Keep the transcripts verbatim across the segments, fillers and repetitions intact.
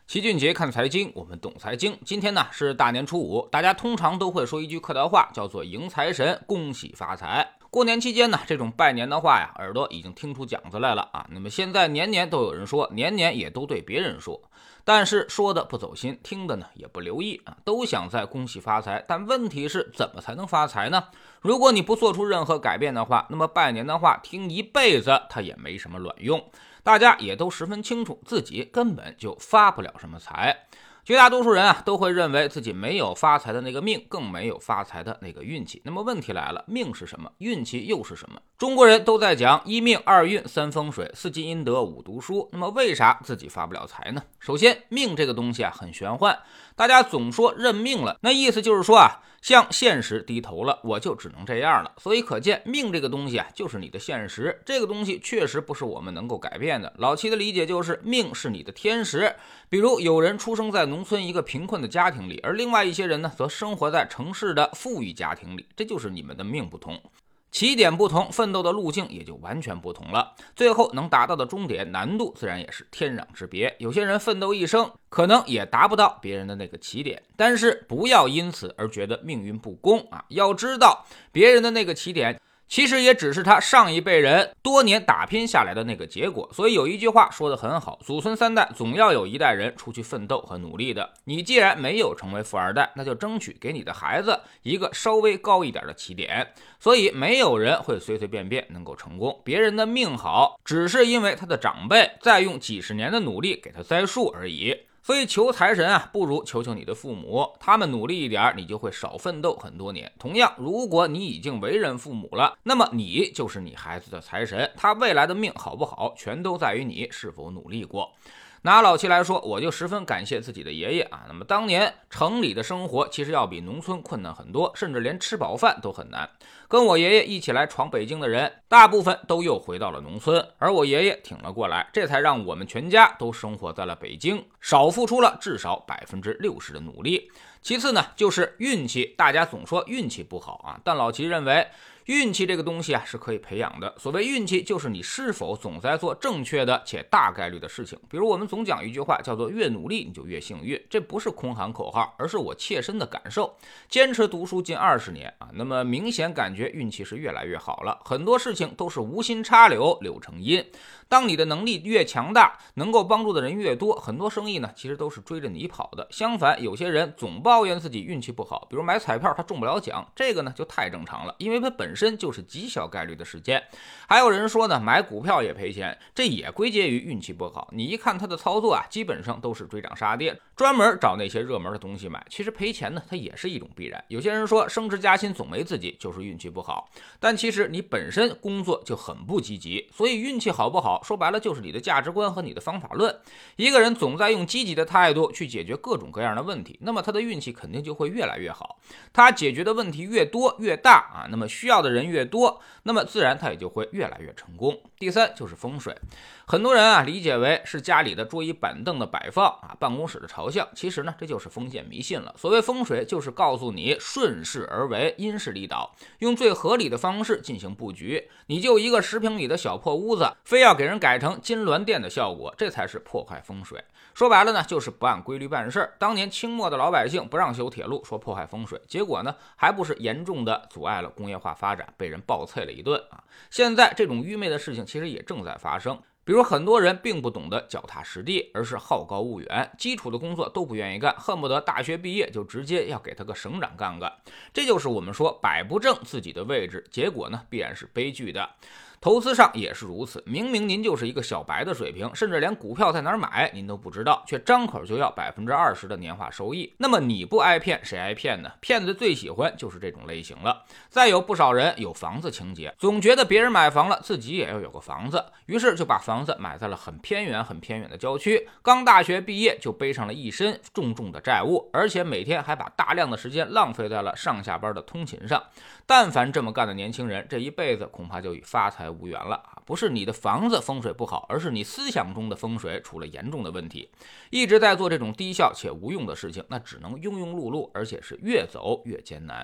齐俊杰看财经，我们懂财经。今天呢是大年初五，大家通常都会说一句客套话，叫做迎财神，恭喜发财。过年期间呢，这种拜年的话呀，耳朵已经听出讲子来了啊。那么现在年年都有人说，年年也都对别人说，但是说的不走心，听的呢也不留意啊，都想在恭喜发财。但问题是怎么才能发财呢？如果你不做出任何改变的话，那么拜年的话听一辈子它也没什么卵用。大家也都十分清楚，自己根本就发不了什么财。绝大多数人啊都会认为自己没有发财的那个命，更没有发财的那个运气。那么问题来了，命是什么？运气又是什么？中国人都在讲一命二运三风水四积阴德五读书，那么为啥自己发不了财呢？首先，命这个东西啊很玄幻，大家总说认命了，那意思就是说啊向现实低头了，我就只能这样了。所以可见命这个东西啊就是你的现实，这个东西确实不是我们能够改变的。老齐的理解就是命是你的天时，比如有人出生在农村一个贫困的家庭里，而另外一些人呢则生活在城市的富裕家庭里，这就是你们的命不同。起点不同，奋斗的路径也就完全不同了，最后能达到的终点难度自然也是天壤之别。有些人奋斗一生可能也达不到别人的那个起点，但是不要因此而觉得命运不公啊！要知道别人的那个起点其实也只是他上一辈人多年打拼下来的那个结果。所以有一句话说得很好，祖孙三代总要有一代人出去奋斗和努力的。你既然没有成为富二代，那就争取给你的孩子一个稍微高一点的起点。所以没有人会随随便便能够成功，别人的命好只是因为他的长辈在用几十年的努力给他栽树而已。所以求财神啊，不如求求你的父母，他们努力一点，你就会少奋斗很多年。同样，如果你已经为人父母了，那么你就是你孩子的财神，他未来的命好不好，全都在于你是否努力过。拿老齐来说，我就十分感谢自己的爷爷啊。那么当年城里的生活其实要比农村困难很多，甚至连吃饱饭都很难。跟我爷爷一起来闯北京的人，大部分都又回到了农村，而我爷爷挺了过来，这才让我们全家都生活在了北京，少付出了至少百分之六十的努力。其次呢，就是运气，大家总说运气不好啊，但老齐认为运气这个东西啊是可以培养的。所谓运气，就是你是否总在做正确的且大概率的事情。比如我们总讲一句话，叫做越努力你就越幸运，这不是空喊口号，而是我切身的感受。坚持读书近二十年啊，那么明显感觉运气是越来越好了，很多事情都是无心插柳柳成荫。当你的能力越强大，能够帮助的人越多，很多生意呢其实都是追着你跑的。相反，有些人总抱怨自己运气不好，比如买彩票他中不了奖，这个呢就太正常了，因为它本身就是极小概率的事件。还有人说呢，买股票也赔钱，这也归结于运气不好。你一看他的操作啊，基本上都是追涨杀跌，专门找那些热门的东西买，其实赔钱呢它也是一种必然。有些人说升职加薪总没自己，就是运气不好，但其实你本身工作就很不积极，所以运气好不好说白了就是你的价值观和你的方法论。一个人总在用积极的态度去解决各种各样的问题，那么他的运气肯定就会越来越好。他解决的问题越多越大啊，那么需要的人越多，那么自然他也就会越来越成功。第三就是风水，很多人啊理解为是家里的桌椅板凳的摆放啊，办公室的朝向，其实呢这就是封建迷信了。所谓风水就是告诉你顺势而为，因势利导，用最合理的方式进行布局。你就一个十平米的小破屋子，非要给人改成金銮殿的效果，这才是破坏风水。说白了呢，就是不按规律办事。当年清末的老百姓不让修铁路，说破坏风水，结果呢还不是严重的阻碍了工业化发展，被人暴啐了一顿啊！现在这种愚昧的事情其实也正在发生。比如很多人并不懂得脚踏实地，而是好高骛远，基础的工作都不愿意干，恨不得大学毕业就直接要给他个省长干干。这就是我们说摆不正自己的位置，结果呢必然是悲剧的。投资上也是如此，明明您就是一个小白的水平，甚至连股票在哪儿买您都不知道，却张口就要 百分之二十 的年化收益。那么你不挨骗谁挨骗呢？骗子最喜欢就是这种类型了。再有不少人有房子情节，总觉得别人买房了自己也要有个房子，于是就把房子买在了很偏远很偏远的郊区，刚大学毕业就背上了一身重重的债务，而且每天还把大量的时间浪费在了上下班的通勤上。但凡这么干的年轻人，这一辈子恐怕就与发财无缘了。不是你的房子风水不好，而是你思想中的风水出了严重的问题。一直在做这种低效且无用的事情，那只能庸庸碌碌，而且是越走越艰难。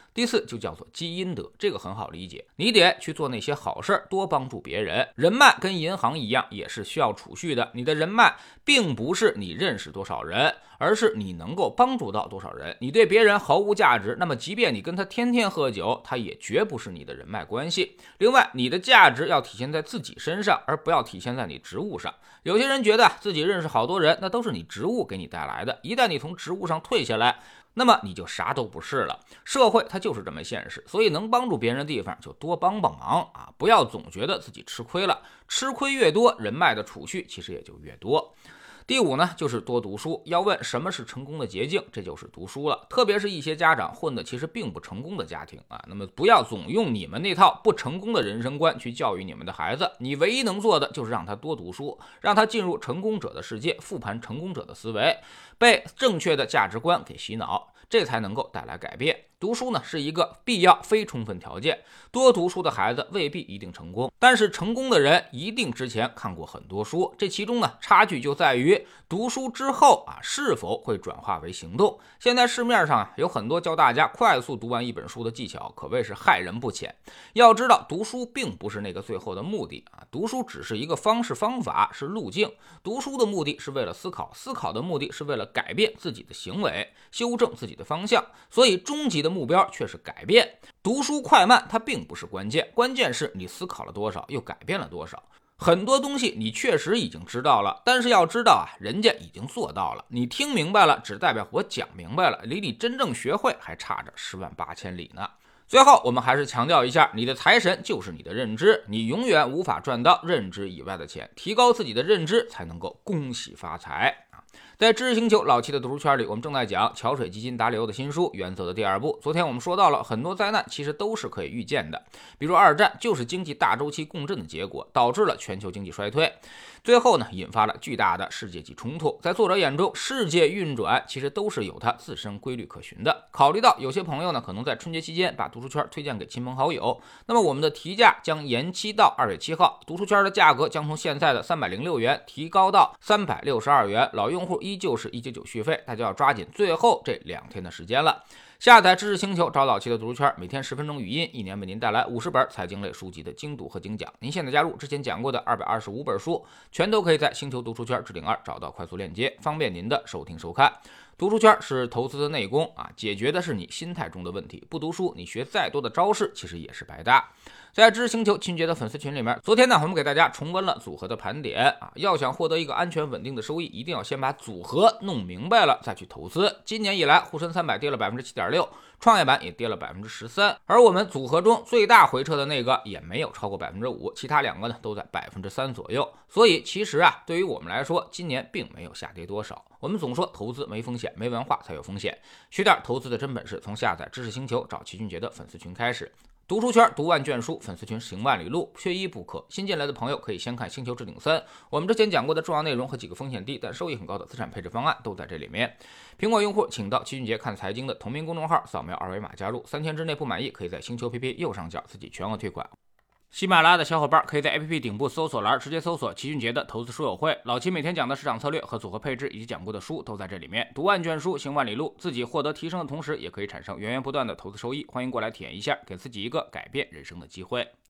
第四就叫做积阴德，这个很好理解，你得去做那些好事，多帮助别人。人脉跟银行一样，也是需要储蓄的。你的人脉并不是你认识多少人，而是你能够帮助到多少人。你对别人毫无价值，那么即便你跟他天天喝酒，他也绝不是你的人脉关系。另外，你的价值要体现在自己身上，而不要体现在你职务上。有些人觉得自己认识好多人，那都是你职务给你带来的，一旦你从职务上退下来，那么你就啥都不是了。社会它就是这么现实，所以能帮助别人的地方就多帮帮忙啊！不要总觉得自己吃亏了，吃亏越多，人脉的储蓄其实也就越多。第五呢，就是多读书。要问什么是成功的捷径，这就是读书了。特别是一些家长混的其实并不成功的家庭啊，那么不要总用你们那套不成功的人生观去教育你们的孩子，你唯一能做的就是让他多读书，让他进入成功者的世界，复盘成功者的思维，被正确的价值观给洗脑，这才能够带来改变。读书呢是一个必要非充分条件，多读书的孩子未必一定成功，但是成功的人一定之前看过很多书，这其中呢差距就在于读书之后啊是否会转化为行动。现在市面上啊有很多教大家快速读完一本书的技巧，可谓是害人不浅。要知道读书并不是那个最后的目的啊，读书只是一个方式方法，是路径。读书的目的是为了思考，思考的目的是为了改变自己的行为，修正自己的方向，所以终极的目标却是改变。读书快慢它并不是关键，关键是你思考了多少，又改变了多少。很多东西你确实已经知道了，但是要知道啊，人家已经做到了。你听明白了，只代表我讲明白了，离你真正学会还差着十万八千里呢。最后我们还是强调一下，你的财神就是你的认知，你永远无法赚到认知以外的钱，提高自己的认知才能够恭喜发财。在知识星球老七的读书圈里，我们正在讲桥水基金达里欧的新书《原则》的第二部。昨天我们说到了很多灾难其实都是可以预见的，比如二战就是经济大周期共振的结果，导致了全球经济衰退，最后呢引发了巨大的世界级冲突。在作者眼中，世界运转其实都是有它自身规律可循的。考虑到有些朋友呢可能在春节期间把读书圈推荐给亲朋好友，那么我们的提价将延期到二月七号，读书圈的价格将从现在的三百零六元提高到三百六十二元，老用户依旧是一九九续费，大家要抓紧最后这两天的时间了。下载知识星球，找老七的读书圈，每天十分钟语音，一年为您带来五十本财经类书籍的精读和精讲。您现在加入，之前讲过的二百二十五本书，全都可以在星球读书圈置顶二找到快速链接，方便您的收听收看。读书圈是投资的内功啊，解决的是你心态中的问题。不读书，你学再多的招式，其实也是白搭。在知识星球清洁的粉丝群里面，昨天呢，我们给大家重温了组合的盘点啊。要想获得一个安全稳定的收益，一定要先把组合弄明白了再去投资。今年以来，沪深三百跌了 百分之七点六， 创业板也跌了 百分之十三， 而我们组合中最大回撤的那个也没有超过 百分之五， 其他两个呢都在 百分之三 左右。所以其实啊，对于我们来说，今年并没有下跌多少。我们总说投资没风险，没文化才有风险。学点投资的真本事，从下载知识星球找齐俊杰的粉丝群开始。读书圈读万卷书，粉丝群行万里路，缺一不可。新进来的朋友可以先看星球置顶三，我们之前讲过的重要内容和几个风险低但收益很高的资产配置方案都在这里面。苹果用户请到齐俊杰看财经的同名公众号，扫描二维码加入，三天之内不满意可以在星球 A P P 右上角自己全额退款。喜马拉雅的小伙伴可以在 A P P 顶部搜索栏直接搜索齐俊杰的投资书友会，老齐每天讲的市场策略和组合配置以及讲过的书都在这里面。读万卷书行万里路，自己获得提升的同时也可以产生源源不断的投资收益，欢迎过来体验一下，给自己一个改变人生的机会。